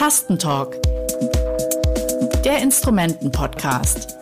Tastentalk, der Instrumenten-Podcast.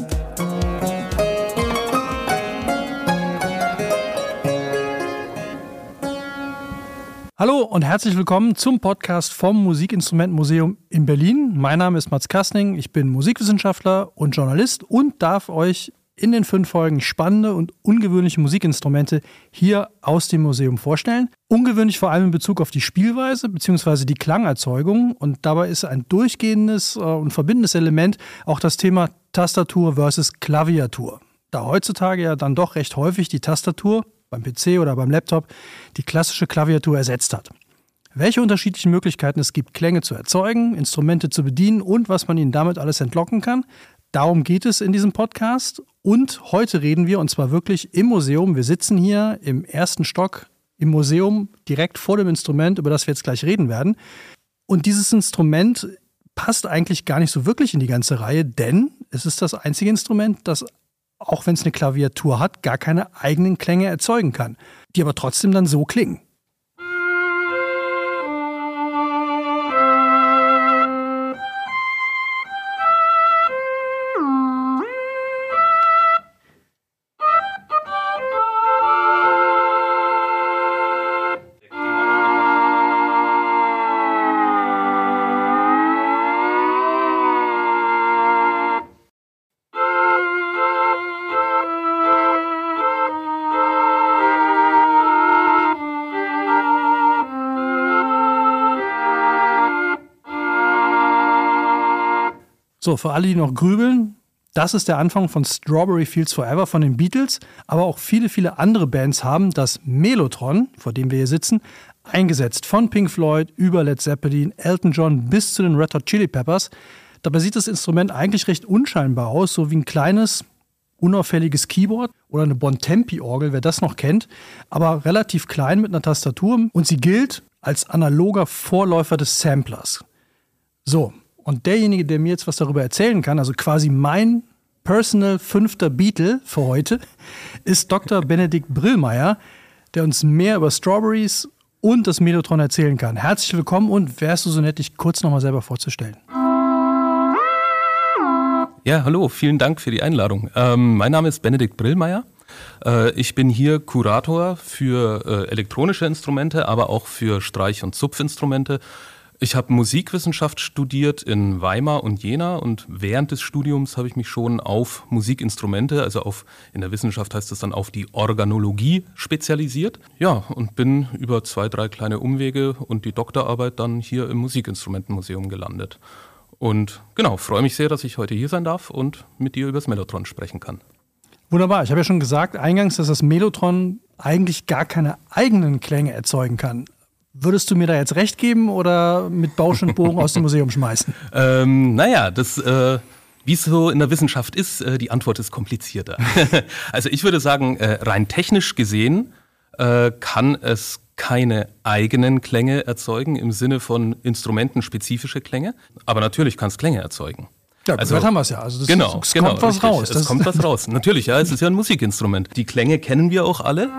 Hallo und herzlich willkommen zum Podcast vom Musikinstrumentenmuseum in Berlin. Mein Name ist Mats Kastning, ich bin Musikwissenschaftler und Journalist und darf euch in den 5 Folgen spannende und ungewöhnliche Musikinstrumente hier aus dem Museum vorstellen. Ungewöhnlich vor allem in Bezug auf die Spielweise bzw. die Klangerzeugung, und dabei ist ein durchgehendes und verbindendes Element auch das Thema Tastatur versus Klaviatur. Da heutzutage ja dann doch recht häufig die Tastatur beim PC oder beim Laptop die klassische Klaviatur ersetzt hat. Welche unterschiedlichen Möglichkeiten es gibt, Klänge zu erzeugen, Instrumente zu bedienen und was man ihnen damit alles entlocken kann, darum geht es in diesem Podcast. Und heute reden wir, und zwar wirklich im Museum. Wir sitzen hier im 1. Stock im Museum, direkt vor dem Instrument, über das wir jetzt gleich reden werden. Und dieses Instrument passt eigentlich gar nicht so wirklich in die ganze Reihe, denn es ist das einzige Instrument, das, auch wenn es eine Klaviatur hat, gar keine eigenen Klänge erzeugen kann, die aber trotzdem dann so klingen. So, für alle, die noch grübeln, das ist der Anfang von Strawberry Fields Forever von den Beatles, aber auch viele, viele andere Bands haben das Mellotron, vor dem wir hier sitzen, eingesetzt. Von Pink Floyd über Led Zeppelin, Elton John bis zu den Red Hot Chili Peppers. Dabei sieht das Instrument eigentlich recht unscheinbar aus, so wie ein kleines, unauffälliges Keyboard oder eine Bontempi-Orgel, wer das noch kennt, aber relativ klein mit einer Tastatur, und sie gilt als analoger Vorläufer des Samplers. So. Und derjenige, der mir jetzt was darüber erzählen kann, also quasi mein Personal 5. Beatle für heute, ist Dr. Benedikt Brillmeier, der uns mehr über Strawberries und das Mellotron erzählen kann. Herzlich willkommen, und wärst du so nett, dich kurz nochmal selber vorzustellen? Ja, hallo, vielen Dank für die Einladung. Mein Name ist Benedikt Brillmeier. Ich bin hier Kurator für elektronische Instrumente, aber auch für Streich- und Zupfinstrumente. Ich habe Musikwissenschaft studiert in Weimar und Jena, und während des Studiums habe ich mich schon auf Musikinstrumente, also in der Wissenschaft heißt es dann auf die Organologie spezialisiert. Ja, und bin über 2, 3 kleine Umwege und die Doktorarbeit dann hier im Musikinstrumentenmuseum gelandet. Und genau, freue mich sehr, dass ich heute hier sein darf und mit dir über das Mellotron sprechen kann. Wunderbar, ich habe ja schon gesagt eingangs, dass das Mellotron eigentlich gar keine eigenen Klänge erzeugen kann. Würdest du mir da jetzt recht geben oder mit Bausch und Bogen aus dem Museum schmeißen? Wie es so in der Wissenschaft ist, die Antwort ist komplizierter. Also ich würde sagen, rein technisch gesehen kann es keine eigenen Klänge erzeugen im Sinne von instrumentenspezifische Klänge, aber natürlich kann es Klänge erzeugen. Ja, also, haben wir es ja. Also es kommt was raus. Es kommt was raus. Natürlich, ja, es ist ja ein Musikinstrument. Die Klänge kennen wir auch alle.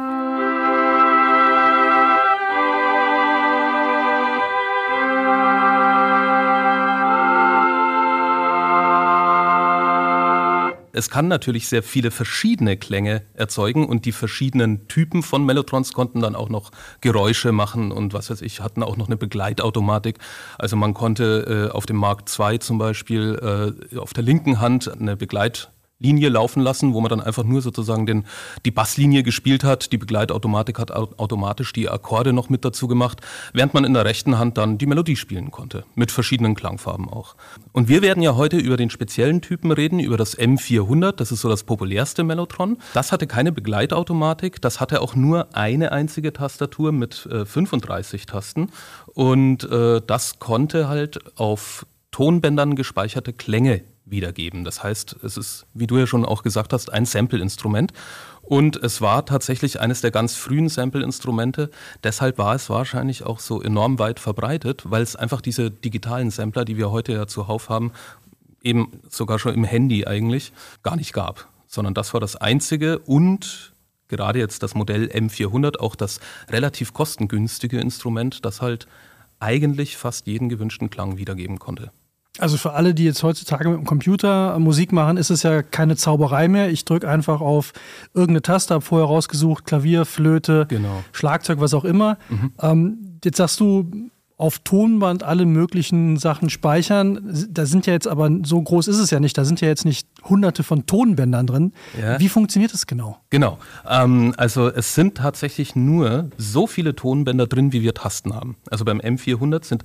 Es kann natürlich sehr viele verschiedene Klänge erzeugen, und die verschiedenen Typen von Mellotrons konnten dann auch noch Geräusche machen und was weiß ich, hatten auch noch eine Begleitautomatik. Also man konnte auf dem Mark II zum Beispiel auf der linken Hand eine Begleitlinie laufen lassen, wo man dann einfach nur sozusagen die Basslinie gespielt hat. Die Begleitautomatik hat automatisch die Akkorde noch mit dazu gemacht, während man in der rechten Hand dann die Melodie spielen konnte, mit verschiedenen Klangfarben auch. Und wir werden ja heute über den speziellen Typen reden, über das M400, das ist so das populärste Mellotron. Das hatte keine Begleitautomatik, das hatte auch nur eine einzige Tastatur mit 35 Tasten, und das konnte halt auf Tonbändern gespeicherte Klänge wiedergeben. Das heißt, es ist, wie du ja schon auch gesagt hast, ein Sample-Instrument, und es war tatsächlich eines der ganz frühen Sample-Instrumente. Deshalb war es wahrscheinlich auch so enorm weit verbreitet, weil es einfach diese digitalen Sampler, die wir heute ja zuhauf haben, eben sogar schon im Handy eigentlich gar nicht gab, sondern das war das einzige und gerade jetzt das Modell M400 auch das relativ kostengünstige Instrument, das halt eigentlich fast jeden gewünschten Klang wiedergeben konnte. Also für alle, die jetzt heutzutage mit dem Computer Musik machen, ist es ja keine Zauberei mehr. Ich drücke einfach auf irgendeine Taste, habe vorher rausgesucht, Klavier, Flöte, Schlagzeug, was auch immer. Jetzt sagst du, auf Tonband alle möglichen Sachen speichern. Da sind ja jetzt aber, so groß ist es ja nicht, da sind ja jetzt nicht hunderte von Tonbändern drin. Ja. Wie funktioniert das genau? Genau, also es sind tatsächlich nur so viele Tonbänder drin, wie wir Tasten haben. Also beim M400 sind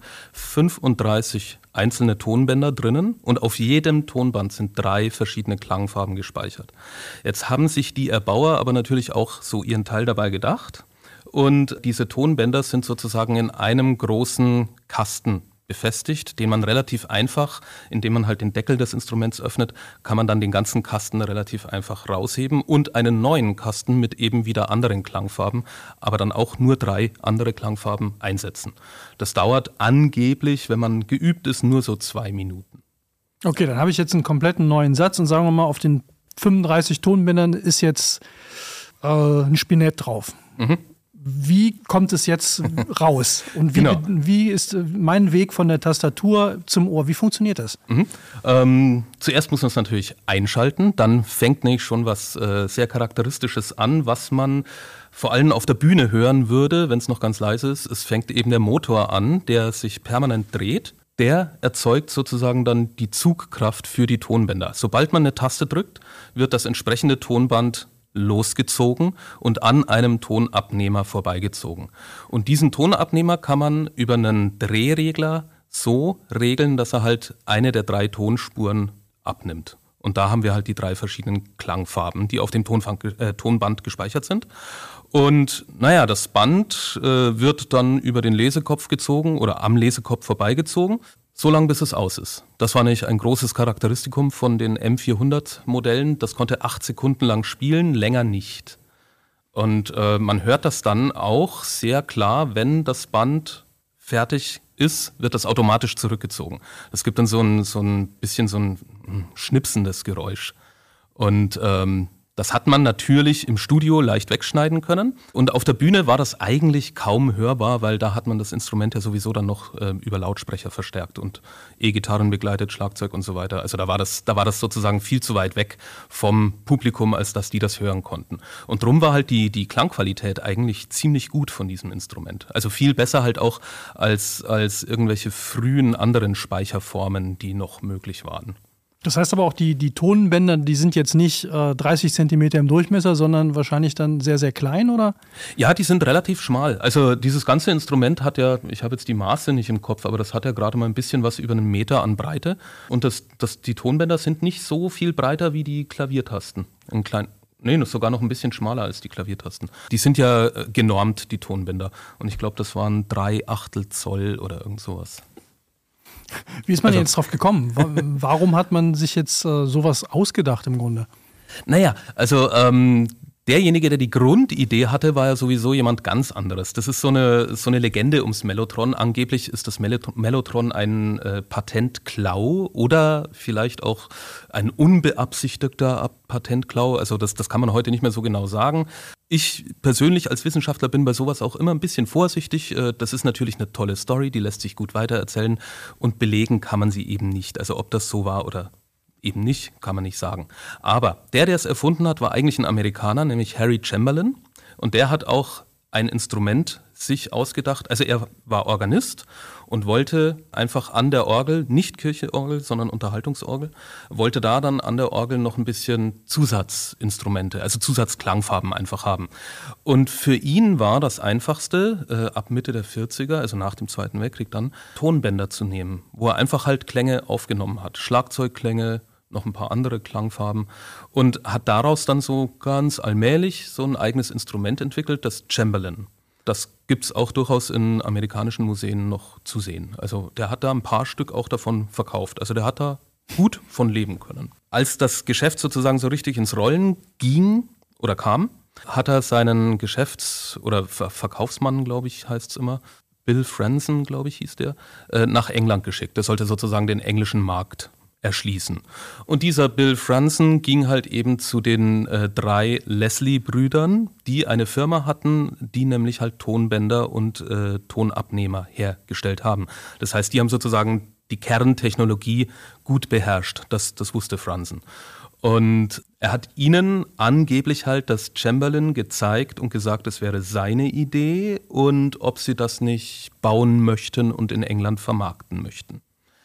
35 einzelne Tonbänder drinnen und auf jedem Tonband sind 3 verschiedene Klangfarben gespeichert. Jetzt haben sich die Erbauer aber natürlich auch so ihren Teil dabei gedacht. Und diese Tonbänder sind sozusagen in einem großen Kasten befestigt, den man relativ einfach, indem man halt den Deckel des Instruments öffnet, kann man dann den ganzen Kasten relativ einfach rausheben und einen neuen Kasten mit eben wieder anderen Klangfarben, aber dann auch nur 3 andere Klangfarben einsetzen. Das dauert angeblich, wenn man geübt ist, nur so 2 Minuten. Okay, dann habe ich jetzt einen kompletten neuen Satz und sagen wir mal, auf den 35 Tonbändern ist jetzt ein Spinett drauf. Wie kommt es jetzt raus? Und wie ist mein Weg von der Tastatur zum Ohr? Wie funktioniert das? Zuerst muss man es natürlich einschalten. Dann fängt nämlich schon was sehr Charakteristisches an, was man vor allem auf der Bühne hören würde, wenn es noch ganz leise ist. Es fängt eben der Motor an, der sich permanent dreht. Der erzeugt sozusagen dann die Zugkraft für die Tonbänder. Sobald man eine Taste drückt, wird das entsprechende Tonband losgezogen und an einem Tonabnehmer vorbeigezogen. Und diesen Tonabnehmer kann man über einen Drehregler so regeln, dass er halt eine der 3 Tonspuren abnimmt. Und da haben wir halt die 3 verschiedenen Klangfarben, die auf dem Tonband gespeichert sind. Und naja, das Band wird dann über den Lesekopf gezogen oder am Lesekopf vorbeigezogen, so lange bis es aus ist. Das war nämlich ein großes Charakteristikum von den M400-Modellen. Das konnte 8 Sekunden lang spielen, länger nicht. Und man hört das dann auch sehr klar, wenn das Band fertig ist, wird das automatisch zurückgezogen. Es gibt dann so ein bisschen so ein schnipsendes Geräusch. Und das hat man natürlich im Studio leicht wegschneiden können. Und auf der Bühne war das eigentlich kaum hörbar, weil da hat man das Instrument ja sowieso dann noch über Lautsprecher verstärkt und E-Gitarren begleitet, Schlagzeug und so weiter. Also da war das sozusagen viel zu weit weg vom Publikum, als dass die das hören konnten. Und drum war halt die Klangqualität eigentlich ziemlich gut von diesem Instrument. Also viel besser halt auch als irgendwelche frühen anderen Speicherformen, die noch möglich waren. Das heißt aber auch, die Tonbänder, die sind jetzt nicht 30 Zentimeter im Durchmesser, sondern wahrscheinlich dann sehr, sehr klein, oder? Ja, die sind relativ schmal. Also dieses ganze Instrument hat ja, ich habe jetzt die Maße nicht im Kopf, aber das hat ja gerade mal ein bisschen was über 1 Meter an Breite. Und die Tonbänder sind nicht so viel breiter wie die Klaviertasten. Sogar noch ein bisschen schmaler als die Klaviertasten. Die sind ja genormt, die Tonbänder. Und ich glaube, das waren 3/8 Zoll oder irgend sowas. Wie ist man jetzt drauf gekommen? Warum hat man sich jetzt sowas ausgedacht im Grunde? Naja, also derjenige, der die Grundidee hatte, war ja sowieso jemand ganz anderes. Das ist so eine Legende ums Mellotron. Angeblich ist das Mellotron ein Patentklau oder vielleicht auch ein unbeabsichtigter Patentklau. Also das kann man heute nicht mehr so genau sagen. Ich persönlich als Wissenschaftler bin bei sowas auch immer ein bisschen vorsichtig. Das ist natürlich eine tolle Story, die lässt sich gut weitererzählen und belegen kann man sie eben nicht. Also ob das so war oder eben nicht, kann man nicht sagen. Aber der es erfunden hat, war eigentlich ein Amerikaner, nämlich Harry Chamberlain. Und der hat auch ein Instrument sich ausgedacht. Also er war Organist und wollte einfach an der Orgel, nicht Kircheorgel, sondern Unterhaltungsorgel, wollte da dann an der Orgel noch ein bisschen Zusatzinstrumente, also Zusatzklangfarben einfach haben. Und für ihn war das Einfachste, ab Mitte der 40er, also nach dem Zweiten Weltkrieg dann, Tonbänder zu nehmen, wo er einfach halt Klänge aufgenommen hat. Schlagzeugklänge, noch ein paar andere Klangfarben und hat daraus dann so ganz allmählich so ein eigenes Instrument entwickelt, das Chamberlin. Das gibt es auch durchaus in amerikanischen Museen noch zu sehen. Also der hat da ein paar Stück auch davon verkauft. Also der hat da gut von leben können. Als das Geschäft sozusagen so richtig ins Rollen ging oder kam, hat er seinen oder Verkaufsmann, glaube ich, heißt es immer, Bill Franzen, glaube ich, hieß der, nach England geschickt. Der sollte sozusagen den englischen Markt erschließen. Und dieser Bill Franzen ging halt eben zu den 3 Leslie-Brüdern, die eine Firma hatten, die nämlich halt Tonbänder und Tonabnehmer hergestellt haben. Das heißt, die haben sozusagen die Kerntechnologie gut beherrscht. Das wusste Franzen. Und er hat ihnen angeblich halt das Chamberlin gezeigt und gesagt, es wäre seine Idee und ob sie das nicht bauen möchten und in England vermarkten möchten.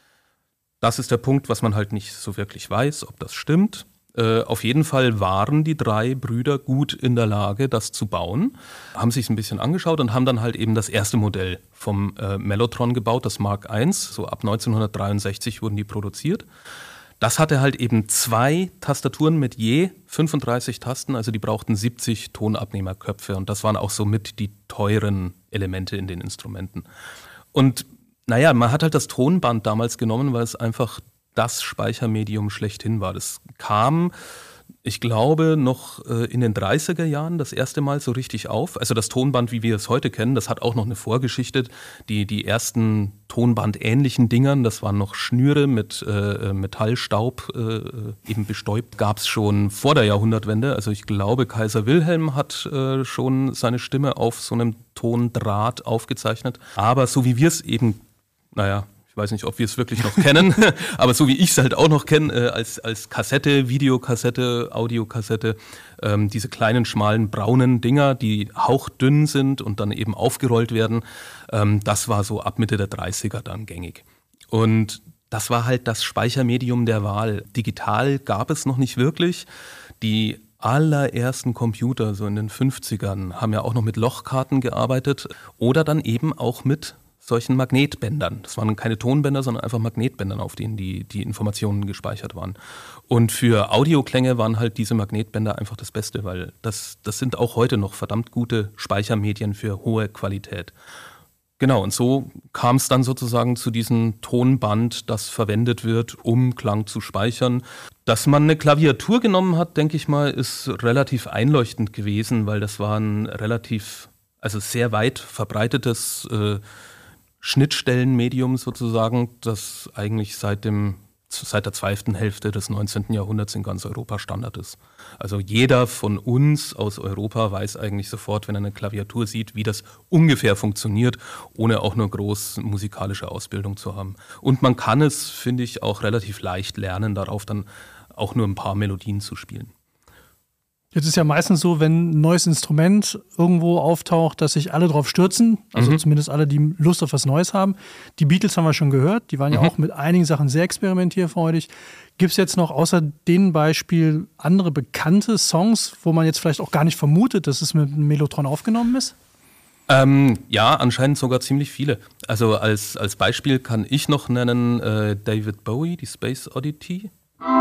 Das ist der Punkt, was man halt nicht so wirklich weiß, ob das stimmt. Auf jeden Fall waren die 3 Brüder gut in der Lage, das zu bauen, haben sich es ein bisschen angeschaut und haben dann halt eben das erste Modell vom Mellotron gebaut, das Mark I. So ab 1963 wurden die produziert. Das hatte halt eben 2 Tastaturen mit je 35 Tasten, also die brauchten 70 Tonabnehmerköpfe und das waren auch somit die teuren Elemente in den Instrumenten. Und naja, man hat halt das Tonband damals genommen, weil es einfach das Speichermedium schlechthin war. Das kam, ich glaube, noch in den 30er Jahren das erste Mal so richtig auf. Also das Tonband, wie wir es heute kennen, das hat auch noch eine Vorgeschichte. Die ersten Tonbandähnlichen Dingern, das waren noch Schnüre mit Metallstaub eben bestäubt, gab es schon vor der Jahrhundertwende. Also ich glaube, Kaiser Wilhelm hat schon seine Stimme auf so einem Tondraht aufgezeichnet. Aber so wie wir es eben, naja, ich weiß nicht, ob wir es wirklich noch kennen, aber so wie ich es halt auch noch kenne, als Kassette, Videokassette, Audiokassette, diese kleinen, schmalen, braunen Dinger, die hauchdünn sind und dann eben aufgerollt werden, das war so ab Mitte der 30er dann gängig. Und das war halt das Speichermedium der Wahl. Digital gab es noch nicht wirklich. Die allerersten Computer, so in den 50ern, haben ja auch noch mit Lochkarten gearbeitet oder dann eben auch mit solchen Magnetbändern. Das waren keine Tonbänder, sondern einfach Magnetbändern, auf denen die Informationen gespeichert waren. Und für Audioklänge waren halt diese Magnetbänder einfach das Beste, weil das sind auch heute noch verdammt gute Speichermedien für hohe Qualität. Genau, und so kam es dann sozusagen zu diesem Tonband, das verwendet wird, um Klang zu speichern. Dass man eine Klaviatur genommen hat, denke ich mal, ist relativ einleuchtend gewesen, weil das war ein sehr weit verbreitetes Schnittstellenmedium sozusagen, das eigentlich seit der zweiten Hälfte des 19. Jahrhunderts in ganz Europa Standard ist. Also jeder von uns aus Europa weiß eigentlich sofort, wenn er eine Klaviatur sieht, wie das ungefähr funktioniert, ohne auch nur groß musikalische Ausbildung zu haben. Und man kann es, finde ich, auch relativ leicht lernen, darauf dann auch nur ein paar Melodien zu spielen. Jetzt ist ja meistens so, wenn ein neues Instrument irgendwo auftaucht, dass sich alle drauf stürzen, also zumindest alle, die Lust auf was Neues haben. Die Beatles haben wir schon gehört, die waren ja auch mit einigen Sachen sehr experimentierfreudig. Gibt es jetzt noch außer dem Beispiel andere bekannte Songs, wo man jetzt vielleicht auch gar nicht vermutet, dass es mit einem Mellotron aufgenommen ist? Ja, anscheinend sogar ziemlich viele. Also als Beispiel kann ich noch nennen David Bowie, die Space Oddity.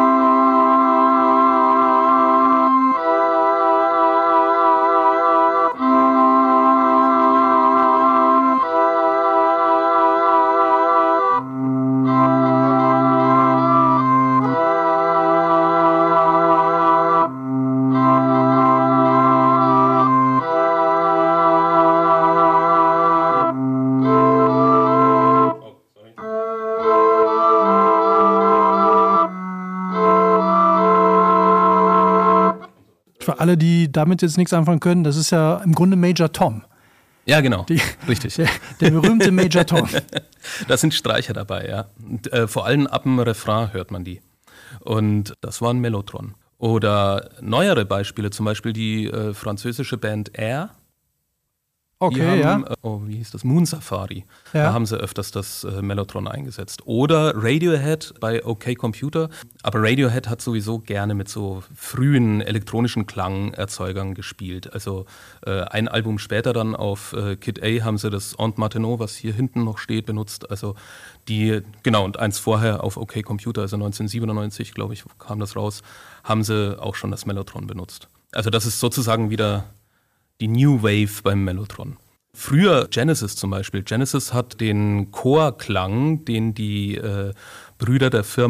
Für alle, die damit jetzt nichts anfangen können, das ist ja im Grunde Major Tom. Ja, genau, richtig. Der berühmte Major Tom. Da sind Streicher dabei, ja. Und, vor allem ab dem Refrain hört man die. Und das war ein Mellotron. Oder neuere Beispiele, zum Beispiel die französische Band Air. Okay, haben, ja. Wie hieß das? Moon Safari. Ja. Da haben sie öfters das Mellotron eingesetzt. Oder Radiohead bei OK Computer. Aber Radiohead hat sowieso gerne mit so frühen elektronischen Klangerzeugern gespielt. Also ein Album später dann auf Kid A haben sie das Aunt Martineau, was hier hinten noch steht, benutzt. Also und eins vorher auf OK Computer, also 1997, glaube ich, kam das raus, haben sie auch schon das Mellotron benutzt. Also das ist sozusagen wieder die New Wave beim Mellotron. Früher Genesis zum Beispiel. Genesis hat den Chorklang, den die Brüder der Firma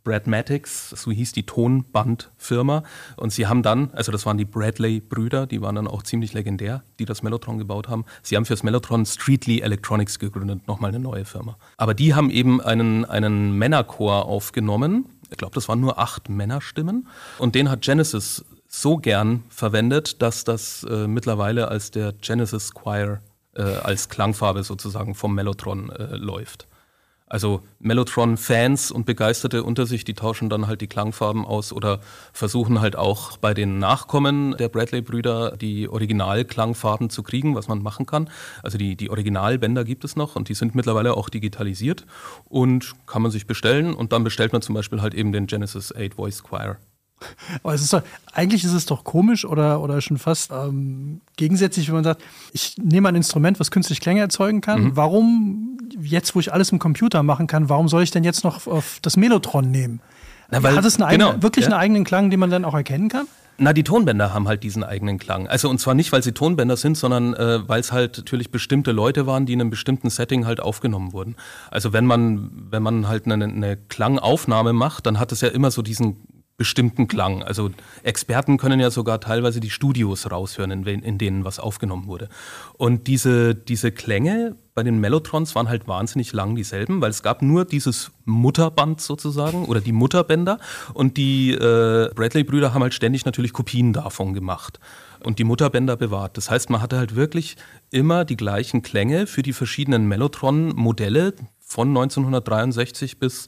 Bradmatics, so hieß die Tonbandfirma. Und sie haben dann, also das waren die Bradley-Brüder, die waren dann auch ziemlich legendär, die das Mellotron gebaut haben. Sie haben fürs Mellotron Streatley Electronics gegründet, nochmal eine neue Firma. Aber die haben eben einen Männerchor aufgenommen. Ich glaube, das waren nur 8 Männerstimmen. Und den hat Genesis so gern verwendet, dass das mittlerweile als der Genesis Choir als Klangfarbe sozusagen vom Mellotron läuft. Also Mellotron-Fans und Begeisterte unter sich, die tauschen dann halt die Klangfarben aus oder versuchen halt auch bei den Nachkommen der Bradley-Brüder die Original-Klangfarben zu kriegen, was man machen kann. Also die Originalbänder gibt es noch und die sind mittlerweile auch digitalisiert und kann man sich bestellen und dann bestellt man zum Beispiel halt eben den Genesis 8 Voice Choir. Aber eigentlich ist es doch komisch oder schon fast gegensätzlich, wenn man sagt, ich nehme ein Instrument, was künstlich Klänge erzeugen kann. Warum, jetzt wo ich alles im Computer machen kann, warum soll ich denn jetzt noch auf das Mellotron nehmen? Hat es einen eigenen Klang, den man dann auch erkennen kann? Na, die Tonbänder haben halt diesen eigenen Klang. Also und zwar nicht, weil sie Tonbänder sind, sondern weil es halt natürlich bestimmte Leute waren, die in einem bestimmten Setting halt aufgenommen wurden. Also wenn man halt eine Klangaufnahme macht, dann hat es ja immer so diesen bestimmten Klang. Also Experten können ja sogar teilweise die Studios raushören, in denen was aufgenommen wurde. Und diese Klänge bei den Mellotrons waren halt wahnsinnig lang dieselben, weil es gab nur dieses Mutterband sozusagen oder die Mutterbänder und die Bradley-Brüder haben halt ständig natürlich Kopien davon gemacht und die Mutterbänder bewahrt. Das heißt, man hatte halt wirklich immer die gleichen Klänge für die verschiedenen Mellotron-Modelle von 1963 bis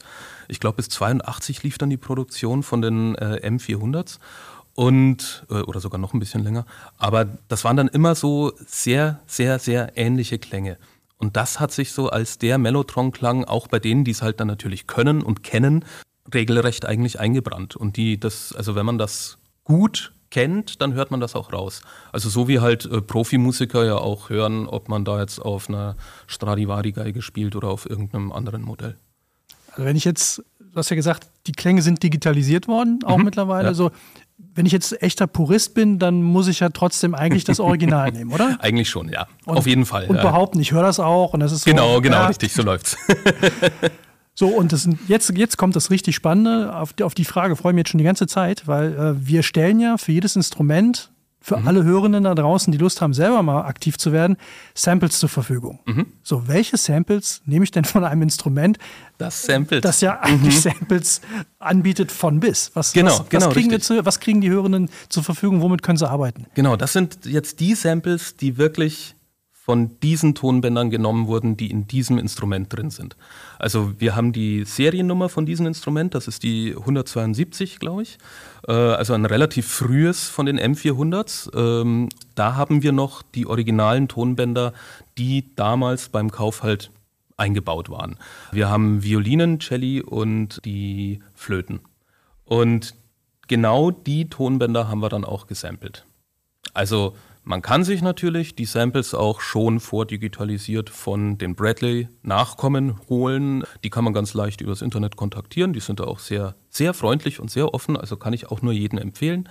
82 lief dann die Produktion von den M400s oder sogar noch ein bisschen länger. Aber das waren dann immer so sehr, sehr, sehr ähnliche Klänge. Und das hat sich so als der Mellotron-Klang auch bei denen, die es halt dann natürlich können und kennen, regelrecht eigentlich eingebrannt. Und also wenn man das gut kennt, dann hört man das auch raus. Also so wie halt Profimusiker ja auch hören, ob man da jetzt auf einer Stradivari-Geige spielt oder auf irgendeinem anderen Modell. Also wenn ich jetzt, du hast ja gesagt, die Klänge sind digitalisiert worden, auch mittlerweile. Ja. So, wenn ich jetzt echter Purist bin, dann muss ich ja trotzdem eigentlich das Original nehmen, oder? Eigentlich schon, ja. Auf jeden Fall. Und behaupten, ich höre das auch. Und das ist so, genau, richtig, so läuft's. So, und jetzt kommt das richtig Spannende. Auf die Frage freue ich mich jetzt schon die ganze Zeit, weil wir stellen ja für jedes Instrument, für alle Hörenden da draußen, die Lust haben, selber mal aktiv zu werden, Samples zur Verfügung. So, welche Samples nehme ich denn von einem Instrument, das ja eigentlich Samples anbietet von bis? Was kriegen die Hörenden zur Verfügung, womit können sie arbeiten? Genau, das sind jetzt die Samples, die wirklich von diesen Tonbändern genommen wurden, die in diesem Instrument drin sind. Also wir haben die Seriennummer von diesem Instrument, das ist die 172, glaube ich. Also ein relativ frühes von den M400s. Da haben wir noch die originalen Tonbänder, die damals beim Kauf halt eingebaut waren. Wir haben Violinen, Celli und die Flöten. Und genau die Tonbänder haben wir dann auch gesampelt. Also man kann sich natürlich die Samples auch schon vordigitalisiert von den Bradley-Nachkommen holen. Die kann man ganz leicht übers Internet kontaktieren. Die sind da auch sehr, sehr freundlich und sehr offen. Also kann ich auch nur jedem empfehlen.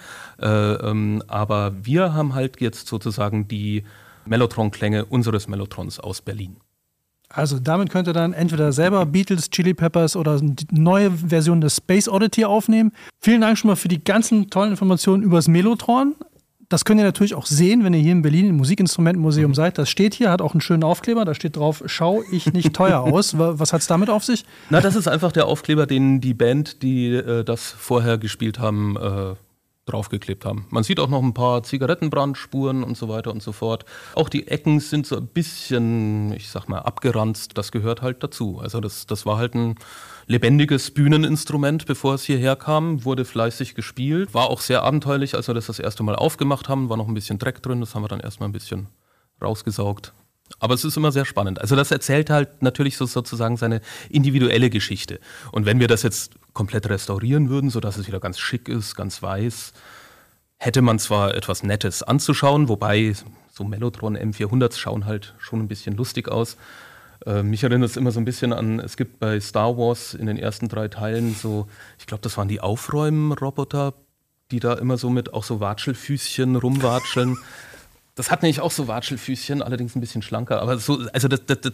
Aber wir haben halt jetzt sozusagen die Mellotron-Klänge unseres Mellotrons aus Berlin. Also damit könnt ihr dann entweder selber Beatles, Chili Peppers oder die neue Version des Space Oddity aufnehmen. Vielen Dank schon mal für die ganzen tollen Informationen über das Mellotron. Das könnt ihr natürlich auch sehen, wenn ihr hier in Berlin im Musikinstrumentenmuseum seid. Das steht hier, hat auch einen schönen Aufkleber. Da steht drauf, schau ich nicht teuer aus. Was hat es damit auf sich? Na, das ist einfach der Aufkleber, den die Band, die das vorher gespielt haben, draufgeklebt haben. Man sieht auch noch ein paar Zigarettenbrandspuren und so weiter und so fort. Auch die Ecken sind so ein bisschen, ich sag mal, abgeranzt. Das gehört halt dazu. Also das war halt ein lebendiges Bühneninstrument, bevor es hierher kam, wurde fleißig gespielt. War auch sehr abenteuerlich, als wir das erste Mal aufgemacht haben. War noch ein bisschen Dreck drin, das haben wir dann erstmal ein bisschen rausgesaugt. Aber es ist immer sehr spannend. Also das erzählt halt natürlich sozusagen seine individuelle Geschichte. Und wenn wir das jetzt komplett restaurieren würden, sodass es wieder ganz schick ist, ganz weiß, hätte man zwar etwas Nettes anzuschauen, wobei so Mellotron M400s schauen halt schon ein bisschen lustig aus. Mich erinnert es immer so ein bisschen an, es gibt bei Star Wars in den ersten 3 Teilen so, ich glaube, das waren die Aufräumen-Roboter, die da immer so mit auch so Watschelfüßchen rumwatscheln. Das hat nämlich auch so Watschelfüßchen, allerdings ein bisschen schlanker, aber so, also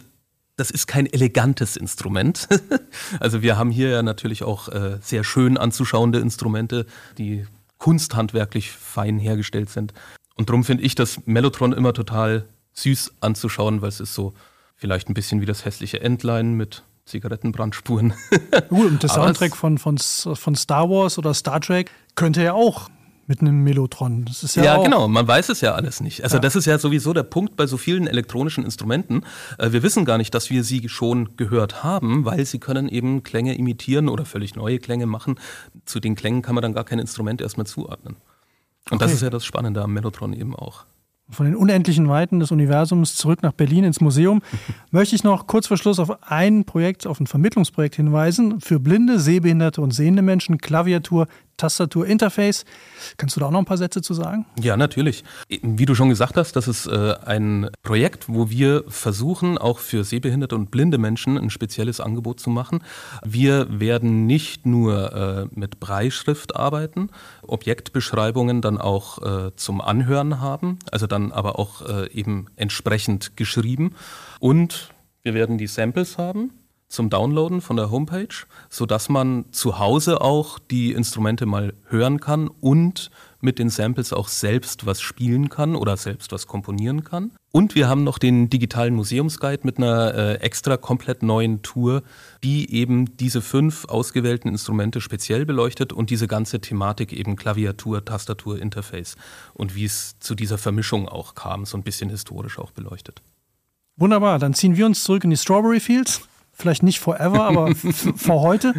das ist kein elegantes Instrument. Also wir haben hier ja natürlich auch sehr schön anzuschauende Instrumente, die kunsthandwerklich fein hergestellt sind. Und darum finde ich das Mellotron immer total süß anzuschauen, weil es ist so vielleicht ein bisschen wie das hässliche Entlein mit Zigarettenbrandspuren. Und der Soundtrack von Star Wars oder Star Trek könnte ja auch mit einem Mellotron. Das ist ja auch genau, man weiß es ja alles nicht. Also das ist ja sowieso der Punkt bei so vielen elektronischen Instrumenten. Wir wissen gar nicht, dass wir sie schon gehört haben, weil sie können eben Klänge imitieren oder völlig neue Klänge machen. Zu den Klängen kann man dann gar kein Instrument erstmal zuordnen. Und das ist ja das Spannende am Mellotron eben auch. Von den unendlichen Weiten des Universums zurück nach Berlin ins Museum möchte ich noch kurz vor Schluss auf ein Projekt, auf ein Vermittlungsprojekt hinweisen. Für blinde, sehbehinderte und sehende Menschen, Klaviatur, Tastatur, Interface. Kannst du da auch noch ein paar Sätze zu sagen? Ja, natürlich. Wie du schon gesagt hast, das ist ein Projekt, wo wir versuchen, auch für sehbehinderte und blinde Menschen ein spezielles Angebot zu machen. Wir werden nicht nur mit Brailleschrift arbeiten, Objektbeschreibungen dann auch zum Anhören haben, also dann aber auch eben entsprechend geschrieben. Und wir werden die Samples haben zum Downloaden von der Homepage, sodass man zu Hause auch die Instrumente mal hören kann und mit den Samples auch selbst was spielen kann oder selbst was komponieren kann. Und wir haben noch den digitalen Museumsguide mit einer extra komplett neuen Tour, die eben diese 5 ausgewählten Instrumente speziell beleuchtet und diese ganze Thematik eben Klaviatur, Tastatur, Interface und wie es zu dieser Vermischung auch kam, so ein bisschen historisch auch beleuchtet. Wunderbar, dann ziehen wir uns zurück in die Strawberry Fields. Vielleicht nicht forever, aber für heute.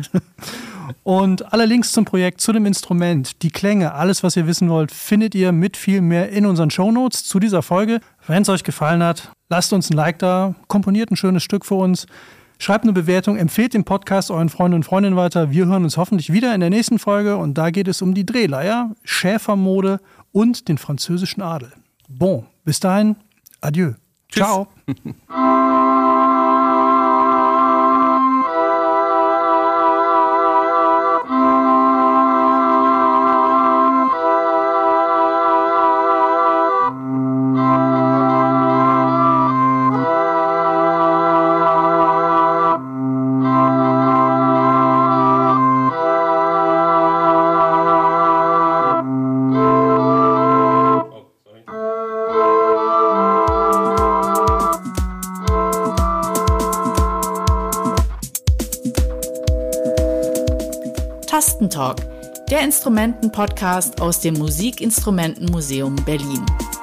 Und alle Links zum Projekt, zu dem Instrument, die Klänge, alles, was ihr wissen wollt, findet ihr mit viel mehr in unseren Shownotes zu dieser Folge. Wenn es euch gefallen hat, lasst uns ein Like da, komponiert ein schönes Stück für uns, schreibt eine Bewertung, empfehlt den Podcast euren Freunden und Freundinnen weiter. Wir hören uns hoffentlich wieder in der nächsten Folge und da geht es um die Drehleier, Schäfermode und den französischen Adel. Bon, bis dahin, adieu. Tschüss. Ciao. Tastentalk, der Instrumenten-Podcast aus dem Musikinstrumentenmuseum Berlin.